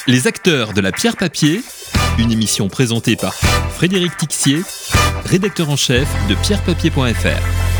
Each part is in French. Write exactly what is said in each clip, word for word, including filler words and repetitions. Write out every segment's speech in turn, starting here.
Les acteurs de la pierre papier, une émission présentée par Frédéric Tixier, rédacteur en chef de pierre papier point f r.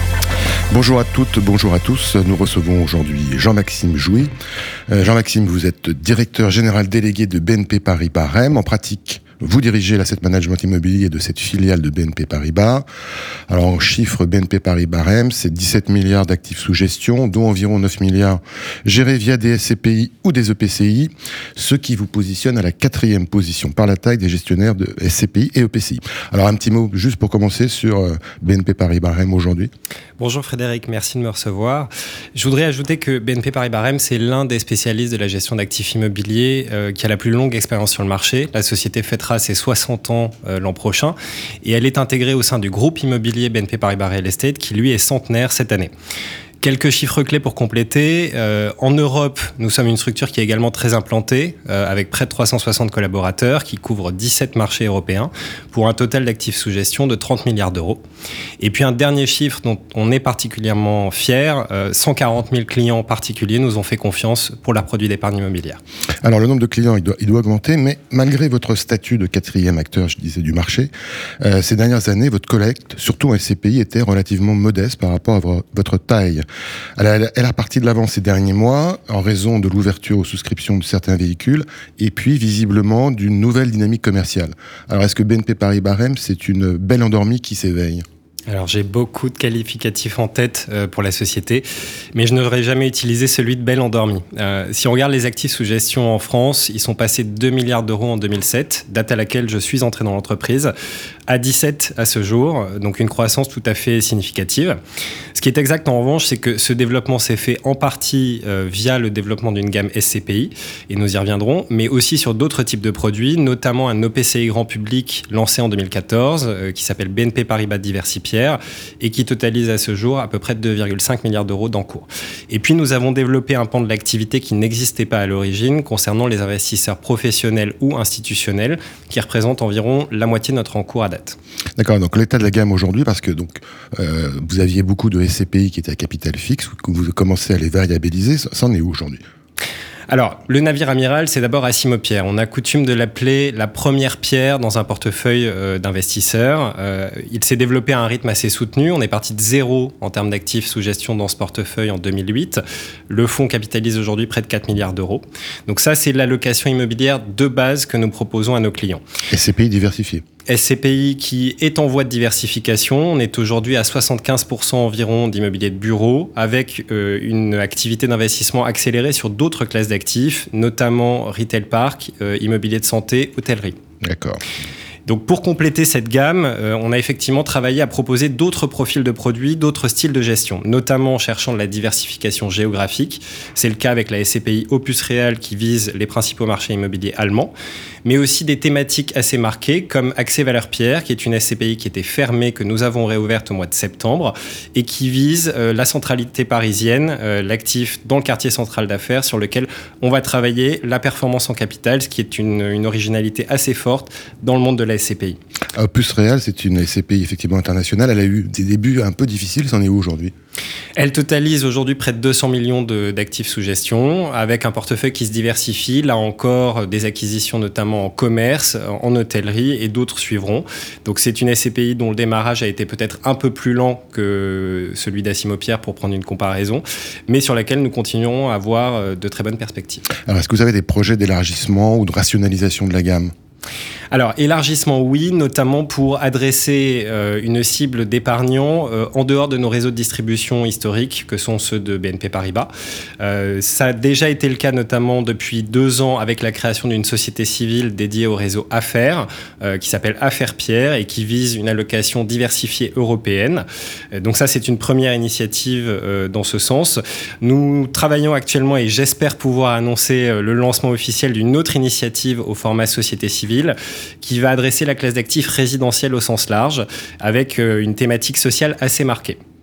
Bonjour à toutes, bonjour à tous. Nous recevons aujourd'hui Jean-Maxime Jouy. Euh, Jean-Maxime, vous êtes directeur général délégué de B N P Paribas R E M. En pratique, vous dirigez l'asset management immobilier de cette filiale de B N P Paribas. Alors, en chiffres, B N P Paribas R E M, c'est dix-sept milliards d'actifs sous gestion, dont environ neuf milliards gérés via des S C P I ou des E P C I, ce qui vous positionne à la quatrième position par la taille des gestionnaires de S C P I et E P C I. Alors, un petit mot juste pour commencer sur B N P Paribas R E M aujourd'hui. Bonjour Frédéric, merci de me recevoir. Je voudrais ajouter que B N P Paribas R E M, c'est l'un des spécialistes de la gestion d'actifs immobiliers euh, qui a la plus longue expérience sur le marché. La société fêtera ses soixante ans euh, l'an prochain et elle est intégrée au sein du groupe immobilier B N P Paribas Real Estate qui lui est centenaire cette année. Quelques chiffres clés pour compléter. Euh, en Europe, nous sommes une structure qui est également très implantée, euh, avec près de trois cent soixante collaborateurs, qui couvrent dix-sept marchés européens, pour un total d'actifs sous gestion de trente milliards d'euros. Et puis un dernier chiffre dont on est particulièrement fier, euh, cent quarante mille clients particuliers nous ont fait confiance pour leurs produits d'épargne immobilière. Alors le nombre de clients, il doit, il doit augmenter, mais malgré votre statut de quatrième acteur, je disais, du marché, euh, ces dernières années, votre collecte, surtout en S C P I, était relativement modeste par rapport à vo- votre taille. Elle a, elle a reparti de l'avant ces derniers mois en raison de l'ouverture aux souscriptions de certains véhicules et puis visiblement d'une nouvelle dynamique commerciale. Alors est-ce que B N P Paribas R E M, c'est une belle endormie qui s'éveille ? Alors j'ai beaucoup de qualificatifs en tête euh, pour la société, mais je n'aurais jamais utilisé celui de belle endormie. Euh, si on regarde les actifs sous gestion en France, ils sont passés de deux milliards d'euros en deux mille sept, date à laquelle je suis entré dans l'entreprise, à dix-sept à ce jour, donc une croissance tout à fait significative. Ce qui est exact en revanche, c'est que ce développement s'est fait en partie euh, via le développement d'une gamme S C P I, et nous y reviendrons, mais aussi sur d'autres types de produits, notamment un E P C I grand public lancé en deux mille quatorze, euh, qui s'appelle B N P Paribas Diversifier, et qui totalise à ce jour à peu près deux virgule cinq milliards d'euros d'encours. Et puis nous avons développé un pan de l'activité qui n'existait pas à l'origine concernant les investisseurs professionnels ou institutionnels qui représentent environ la moitié de notre encours à date. D'accord, donc l'état de la gamme aujourd'hui, parce que donc euh, vous aviez beaucoup de S C P I qui étaient à capital fixe, que vous commencez à les variabiliser, ça, ça en est où aujourd'hui ? Alors, le navire amiral, c'est d'abord Assimo-Pierre. On a coutume de l'appeler la première pierre dans un portefeuille euh, d'investisseurs. Euh, il s'est développé à un rythme assez soutenu. On est parti de zéro en termes d'actifs sous gestion dans ce portefeuille en deux mille huit. Le fonds capitalise aujourd'hui près de quatre milliards d'euros. Donc ça, c'est l'allocation immobilière de base que nous proposons à nos clients. S C P I diversifié. S C P I qui est en voie de diversification. On est aujourd'hui à soixante-quinze pour cent environ d'immobilier de bureau, avec euh, une activité d'investissement accélérée sur d'autres classes d'actifs, notamment retail park, euh, immobilier de santé, hôtellerie. D'accord. Donc pour compléter cette gamme, euh, on a effectivement travaillé à proposer d'autres profils de produits, d'autres styles de gestion, notamment en cherchant de la diversification géographique. C'est le cas avec la S C P I Opus Real qui vise les principaux marchés immobiliers allemands, mais aussi des thématiques assez marquées comme Accès Valeurs Pierre, qui est une S C P I qui était fermée, que nous avons réouverte au mois de septembre et qui vise euh, la centralité parisienne, euh, l'actif dans le quartier central d'affaires sur lequel on va travailler la performance en capital, ce qui est une, une originalité assez forte dans le monde de la S C P I. Opus Real, c'est une S C P I effectivement internationale. Elle a eu des débuts un peu difficiles. C'en est où aujourd'hui ? Elle totalise aujourd'hui près de deux cents millions de, d'actifs sous gestion, avec un portefeuille qui se diversifie. Là encore, des acquisitions notamment en commerce, en hôtellerie, et d'autres suivront. Donc c'est une S C P I dont le démarrage a été peut-être un peu plus lent que celui d'Assimo-Pierre pour prendre une comparaison, mais sur laquelle nous continuerons à avoir de très bonnes perspectives. Alors est-ce que vous avez des projets d'élargissement ou de rationalisation de la gamme ? Alors, élargissement, oui, notamment pour adresser euh, une cible d'épargnants euh, en dehors de nos réseaux de distribution historiques, que sont ceux de B N P Paribas. Euh, ça a déjà été le cas notamment depuis deux ans avec la création d'une société civile dédiée au réseau Affaires, euh, qui s'appelle Affaires Pierre et qui vise une allocation diversifiée européenne. Euh, donc ça, c'est une première initiative euh, dans ce sens. Nous travaillons actuellement, et j'espère pouvoir annoncer euh, le lancement officiel d'une autre initiative au format société civile, qui va adresser la classe d'actifs résidentiels au sens large, avec une thématique sociale assez marquée.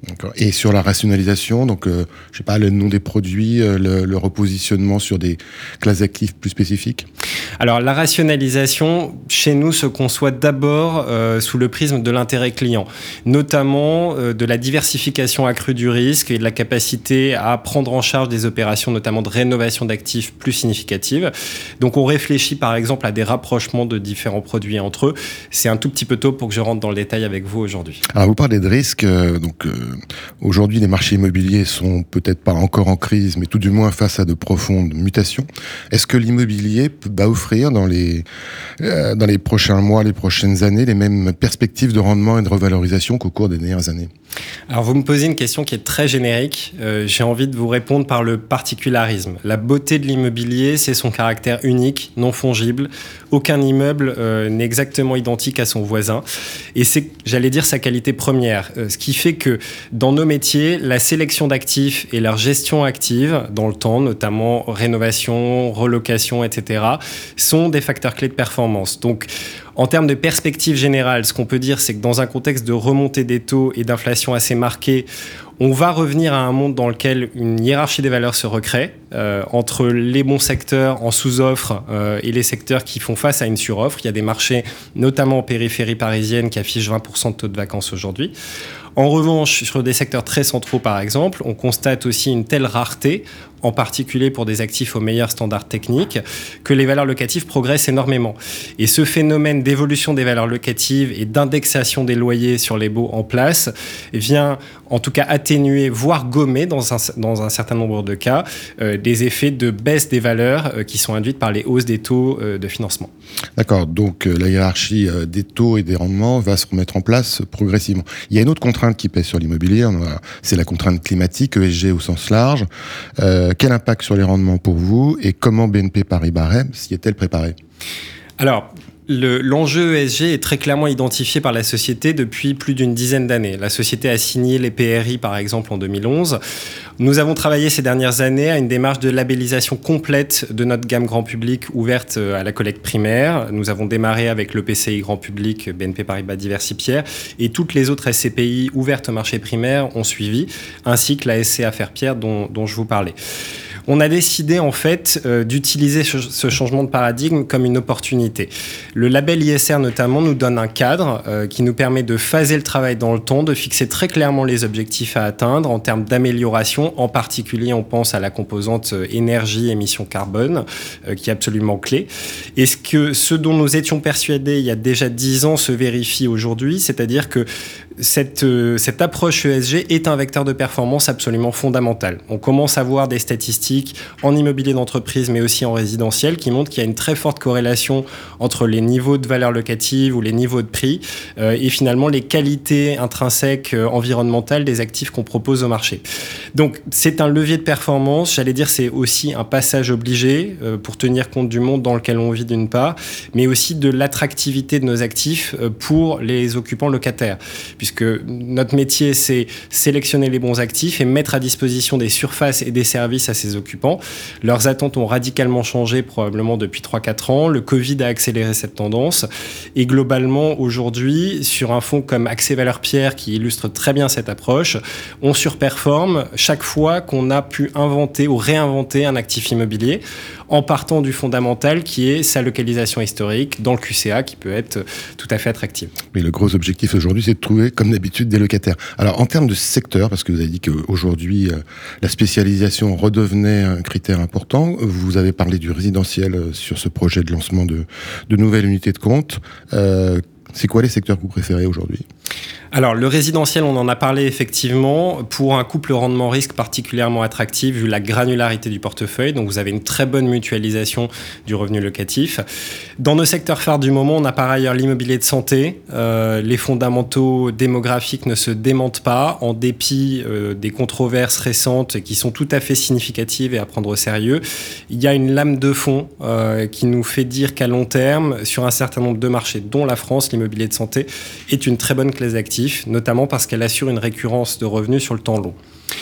D'accord. Et sur la rationalisation, donc, euh, je sais pas, le nom des produits, euh, le, le repositionnement sur des classes d'actifs plus spécifiques? Alors, la rationalisation, chez nous, se conçoit d'abord euh, sous le prisme de l'intérêt client, notamment euh, de la diversification accrue du risque et de la capacité à prendre en charge des opérations, notamment de rénovation d'actifs plus significatives. Donc, on réfléchit, par exemple, à des rapprochements de différents produits entre eux. C'est un tout petit peu tôt pour que je rentre dans le détail avec vous aujourd'hui. Alors, vous parlez de risque, euh, donc... Euh... Aujourd'hui, les marchés immobiliers sont peut-être pas encore en crise, mais tout du moins face à de profondes mutations. Est-ce que l'immobilier va offrir dans les, euh, dans les prochains mois, les prochaines années, les mêmes perspectives de rendement et de revalorisation qu'au cours des dernières années? Alors, vous me posez une question qui est très générique. Euh, j'ai envie de vous répondre par le particularisme. La beauté de l'immobilier, c'est son caractère unique, non fongible. Aucun immeuble euh, n'est exactement identique à son voisin. Et c'est, j'allais dire, sa qualité première. Euh, ce qui fait que dans nos métiers, la sélection d'actifs et leur gestion active dans le temps, notamment rénovation, relocation, et cetera, sont des facteurs clés de performance. Donc, en termes de perspective générale, ce qu'on peut dire, c'est que dans un contexte de remontée des taux et d'inflation assez marquée, on va revenir à un monde dans lequel une hiérarchie des valeurs se recrée euh, entre les bons secteurs en sous-offre euh, et les secteurs qui font face à une sur-offre. Il y a des marchés, notamment en périphérie parisienne, qui affichent vingt pour cent de taux de vacances aujourd'hui. En revanche, sur des secteurs très centraux, par exemple, on constate aussi une telle rareté, en particulier pour des actifs aux meilleurs standards techniques, que les valeurs locatives progressent énormément. Et ce phénomène d'évolution des valeurs locatives et d'indexation des loyers sur les baux en place vient en tout cas atténuer, voire gommer dans un, dans un certain nombre de cas, euh, des effets de baisse des valeurs euh, qui sont induites par les hausses des taux euh, de financement. D'accord, donc euh, la hiérarchie euh, des taux et des rendements va se remettre en place progressivement. Il y a une autre contrainte qui pèse sur l'immobilier, c'est la contrainte climatique, E S G au sens large. Euh, quel impact sur les rendements pour vous et comment B N P Paribas s'y est-elle préparée? Alors, Le, l'enjeu E S G est très clairement identifié par la société depuis plus d'une dizaine d'années. La société a signé les P R I, par exemple, en deux mille onze. Nous avons travaillé ces dernières années à une démarche de labellisation complète de notre gamme grand public ouverte à la collecte primaire. Nous avons démarré avec l'E P C I grand public B N P Paribas Diversipierre et toutes les autres S C P I ouvertes au marché primaire ont suivi, ainsi que la S C A Faire-Pierre dont, dont je vous parlais. On a décidé en fait euh, d'utiliser ce, ce changement de paradigme comme une opportunité. Le label I S R notamment nous donne un cadre euh, qui nous permet de phaser le travail dans le temps, de fixer très clairement les objectifs à atteindre en termes d'amélioration. En particulier, on pense à la composante euh, énergie, émissions carbone, euh, qui est absolument clé. Et ce, que, ce dont nous étions persuadés il y a déjà dix ans se vérifie aujourd'hui, c'est-à-dire que Cette, euh, cette approche E S G est un vecteur de performance absolument fondamental. On commence à voir des statistiques en immobilier d'entreprise, mais aussi en résidentiel, qui montrent qu'il y a une très forte corrélation entre les niveaux de valeur locative ou les niveaux de prix euh, et finalement les qualités intrinsèques euh, environnementales des actifs qu'on propose au marché. Donc c'est un levier de performance, j'allais dire c'est aussi un passage obligé euh, pour tenir compte du monde dans lequel on vit d'une part, mais aussi de l'attractivité de nos actifs euh, pour les occupants locataires. Puisque notre métier, c'est sélectionner les bons actifs et mettre à disposition des surfaces et des services à ces occupants. Leurs attentes ont radicalement changé probablement depuis trois à quatre ans. Le Covid a accéléré cette tendance. Et globalement, aujourd'hui, sur un fonds comme Accès Valeurs Pierre, qui illustre très bien cette approche, on surperforme chaque fois qu'on a pu inventer ou réinventer un actif immobilier en partant du fondamental qui est sa localisation historique dans le Q C A qui peut être tout à fait attractive. Mais le gros objectif aujourd'hui, c'est de trouver, comme d'habitude, des locataires. Alors, en termes de secteur, parce que vous avez dit qu'aujourd'hui, euh, la spécialisation redevenait un critère important, vous avez parlé du résidentiel euh, sur ce projet de lancement de, de nouvelles unités de compte. Euh, c'est quoi les secteurs que vous préférez aujourd'hui ? Alors, le résidentiel, on en a parlé effectivement, pour un couple rendement-risque particulièrement attractif vu la granularité du portefeuille. Donc, vous avez une très bonne mutualisation du revenu locatif. Dans nos secteurs phares du moment, on a par ailleurs l'immobilier de santé. Euh, les fondamentaux démographiques ne se démentent pas, en dépit euh, des controverses récentes qui sont tout à fait significatives et à prendre au sérieux. Il y a une lame de fond euh, qui nous fait dire qu'à long terme, sur un certain nombre de marchés, dont la France, l'immobilier de santé est une très bonne classe d'actifs, notamment parce qu'elle assure une récurrence de revenus sur le temps long.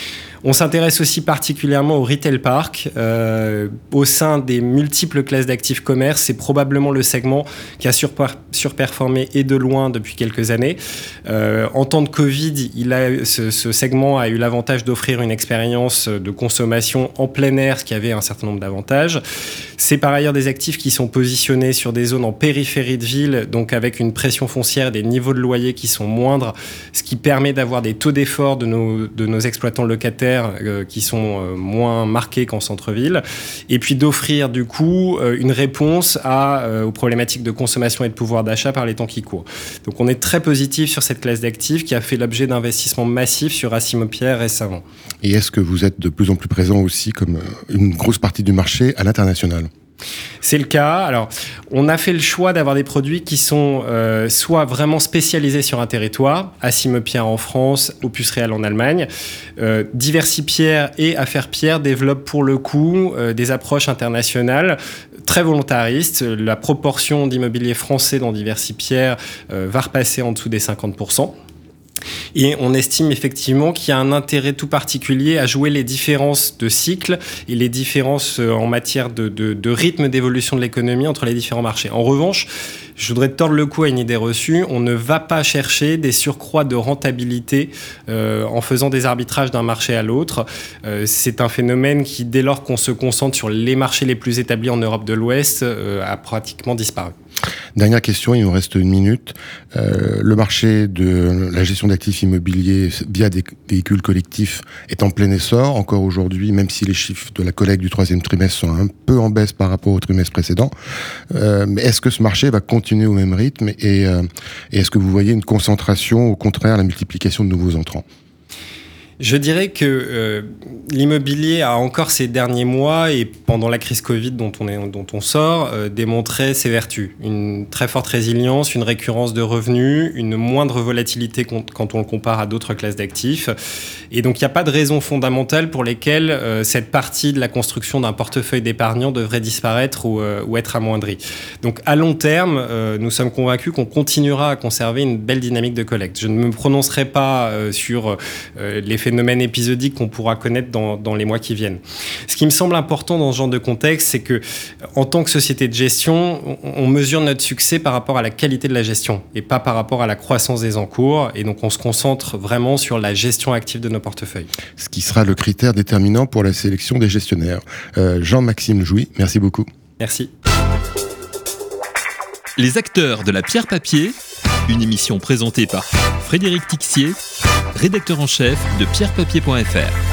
On s'intéresse aussi particulièrement au retail park. Euh, au sein des multiples classes d'actifs commerce, c'est probablement le segment qui a surper- surperformé et de loin depuis quelques années. Euh, en temps de Covid, il a, ce, ce segment a eu l'avantage d'offrir une expérience de consommation en plein air, ce qui avait un certain nombre d'avantages. C'est par ailleurs des actifs qui sont positionnés sur des zones en périphérie de ville, donc avec une pression foncière, des niveaux de loyer qui sont moindres, ce qui permet d'avoir des taux d'effort de nos, de nos exploitants locataires euh, qui sont euh, moins marqués qu'en centre-ville, et puis d'offrir du coup euh, une réponse à, euh, aux problématiques de consommation et de pouvoir d'achat par les temps qui courent. Donc on est très positif sur cette classe d'actifs qui a fait l'objet d'investissements massifs sur Assimo-Pierre récemment. Et est-ce que vous êtes de plus en plus présent aussi comme une grosse partie du marché à l'international ? C'est le cas. Alors, on a fait le choix d'avoir des produits qui sont euh, soit vraiment spécialisés sur un territoire, Assimo-Pierre en France, Opus Réal en Allemagne. Euh, Diversipierre et Affaires Pierre développent pour le coup euh, des approches internationales très volontaristes. La proportion d'immobilier français dans Diversipierre euh, va repasser en dessous des cinquante pour cent. Et on estime effectivement qu'il y a un intérêt tout particulier à jouer les différences de cycle et les différences en matière de, de, de rythme d'évolution de l'économie entre les différents marchés. En revanche, je voudrais tordre le cou à une idée reçue. On ne va pas chercher des surcroîts de rentabilité euh, en faisant des arbitrages d'un marché à l'autre. Euh, c'est un phénomène qui, dès lors qu'on se concentre sur les marchés les plus établis en Europe de l'Ouest, euh, a pratiquement disparu. Dernière question, il nous reste une minute. Euh, le marché de la gestion d'actifs immobiliers via des véhicules collectifs est en plein essor encore aujourd'hui, même si les chiffres de la collecte du troisième trimestre sont un peu en baisse par rapport au trimestre précédent. Euh, mais est-ce que ce marché va continuer au même rythme et, euh, et est-ce que vous voyez une concentration, au contraire, la multiplication de nouveaux entrants ? Je dirais que euh, l'immobilier a encore ces derniers mois et pendant la crise Covid dont on, est, dont on sort, euh, démontré ses vertus. Une très forte résilience, une récurrence de revenus, une moindre volatilité quand on le compare à d'autres classes d'actifs. Et donc il n'y a pas de raison fondamentale pour lesquelles euh, cette partie de la construction d'un portefeuille d'épargnants devrait disparaître ou, euh, ou être amoindrie. Donc à long terme, euh, nous sommes convaincus qu'on continuera à conserver une belle dynamique de collecte. Je ne me prononcerai pas euh, sur euh, les phénomènes épisodiques qu'on pourra connaître dans, dans les mois qui viennent. Ce qui me semble important dans ce genre de contexte, c'est que, en tant que société de gestion, on, on mesure notre succès par rapport à la qualité de la gestion et pas par rapport à la croissance des encours. Et donc, on se concentre vraiment sur la gestion active de nos portefeuilles. Ce qui sera le critère déterminant pour la sélection des gestionnaires. Euh, Jean-Maxime Jouy, merci beaucoup. Merci. Les acteurs de la pierre papier, une émission présentée par Frédéric Tixier, rédacteur en chef de pierre papier point f r.